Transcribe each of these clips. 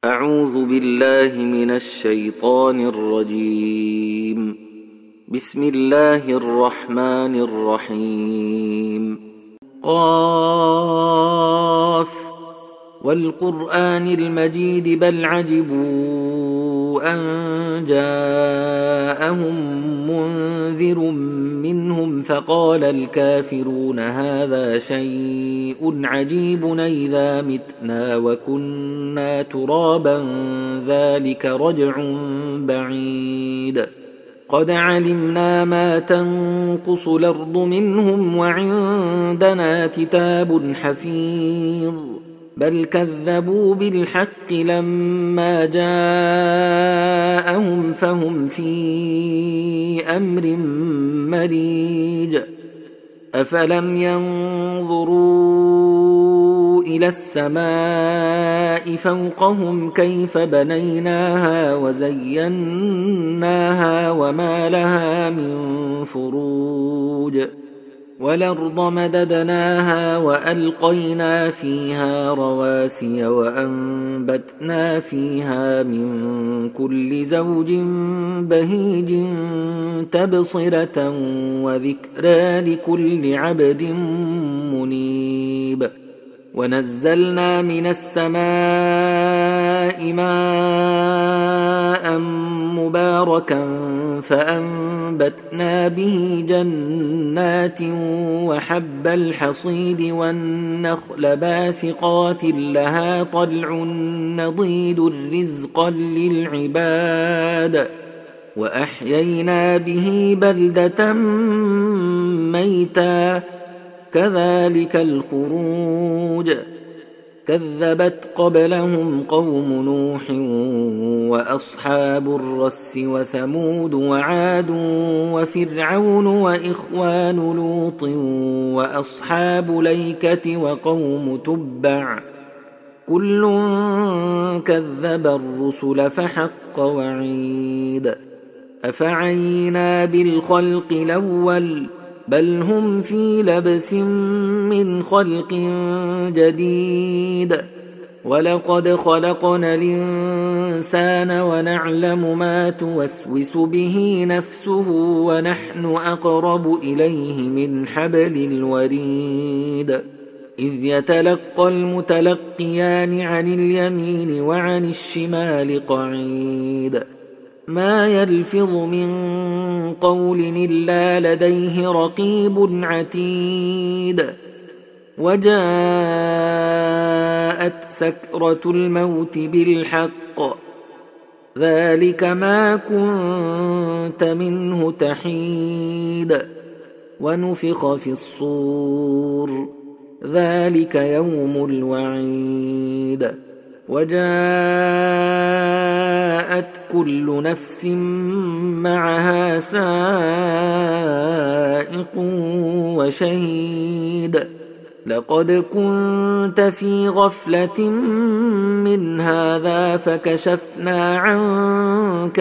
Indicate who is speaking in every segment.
Speaker 1: أعوذ بالله من الشيطان الرجيم. بسم الله الرحمن الرحيم. قاف والقرآن المجيد بل عجبوا أن جاءهم منذر منهم فقال الكافرون هذا شيء عجيب أإذا متنا وكنا ترابا ذلك رجع بعيد قد علمنا ما تنقص الأرض منهم وعندنا كتاب حفيظ بل كذبوا بالحق لما جاءهم فهم في أمر مريج أفلم ينظروا إلى السماء فوقهم كيف بنيناها وزيناها وما لها من فروج والأرض مددناها وألقينا فيها رواسي وأنبتنا فيها من كل زوج بهيج تبصرة وذكرى لكل عبد منيب ونزلنا من السماء ماء مباركا فأنبتنا به جنات وحب الحصيد والنخل باسقات لها طلع نضيد رزقا للعباد وأحيينا به بلدة ميتا كذلك الخروج كذبت قبلهم قوم نوح وأصحاب الرس وثمود وعاد وفرعون وإخوان لوط وأصحاب ليكة وقوم تبع كل كذب الرسل فحق وعيد أفعينا بالخلق الأول بل هم في لبس من خلق جديد ولقد خلقنا الإنسان ونعلم ما توسوس به نفسه ونحن أقرب إليه من حبل الوريد إذ يتلقى المتلقيان عن اليمين وعن الشمال قعيد ما يلفظ من قول إلا لديه رقيب عتيد وجاءت سكرة الموت بالحق ذلك ما كنت منه تحيد ونفخ في الصور ذلك يوم الوعيد وجاءت كل نفس معها سائق وشهيد لقد كنت في غفلة من هذا فكشفنا عنك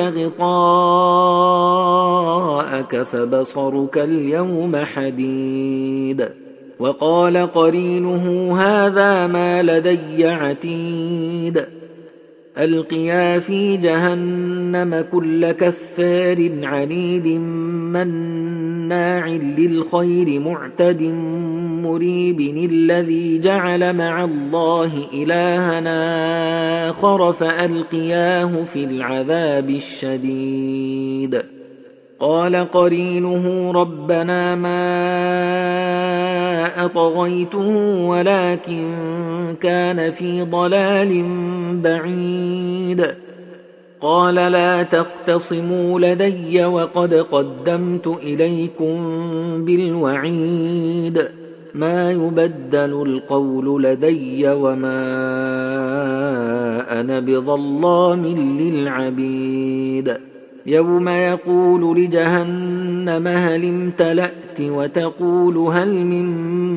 Speaker 1: غطاءك فبصرك اليوم حديد وقال قرينه هذا ما لدي عتيد ألقيا في جهنم كل كفار عنيد مناع للخير معتد مريب الذي جعل مع الله إلهنا آخر فألقياه في العذاب الشديد قال قرينه ربنا ما أطغيته ولكن كان في ضلال بعيد قال لا تختصموا لدي وقد قدمت إليكم بالوعيد ما يبدل القول لدي وما أنا بظلام للعبيد يوم يقول لجهنم هل امتلأت وتقول هل من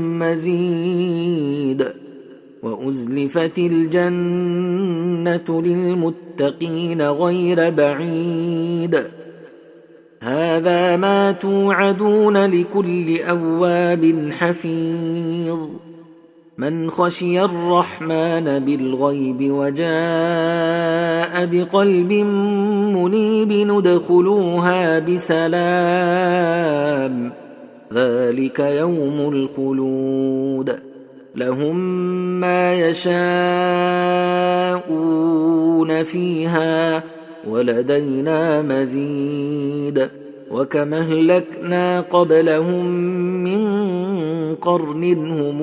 Speaker 1: مزيد وأزلفت الجنة للمتقين غير بعيد هذا ما توعدون لكل أواب حفيظ من خشي الرحمن بالغيب وجاء بقلب منيب ندخلوها بسلام ذلك يوم الخلود لهم ما يشاءون فيها ولدينا مزيد وكم أهلكنا قبلهم من قرن هم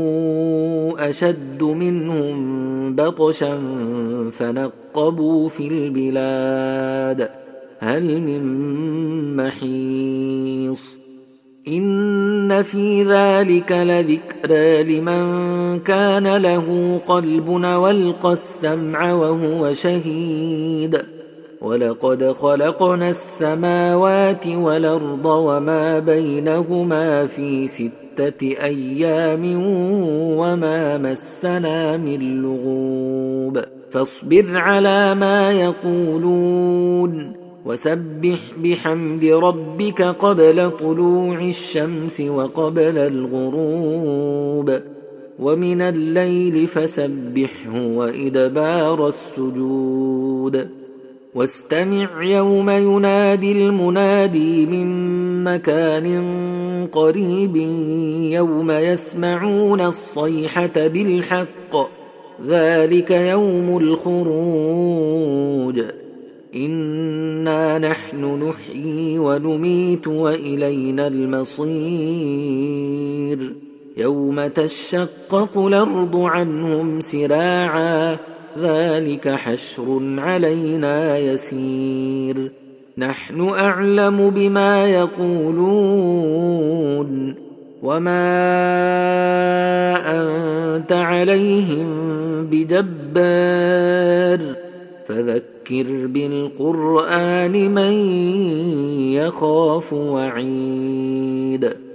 Speaker 1: أشد منهم بطشا فنقبوا في البلاد هل من محيص إن في ذلك لذكرى لمن كان له قلب والقى السمع وهو شهيد ولقد خلقنا السماوات والأرض وما بينهما في 6 أيام وما مسنا من لغوب فاصبر على ما يقولون وسبح بحمد ربك قبل طلوع الشمس وقبل الغروب ومن الليل فسبحه وإدبار السجود واستمع يوم ينادي المنادي من مكان قريب يوم يسمعون الصيحة بالحق ذلك يوم الخروج إنا نحن نحيي ونميت وإلينا المصير يوم تشقق الأرض عنهم سراعا ذلك حشر علينا يسير نحن أعلم بما يقولون وما أنت عليهم بجبار فذكر بالقرآن من يخاف وعيد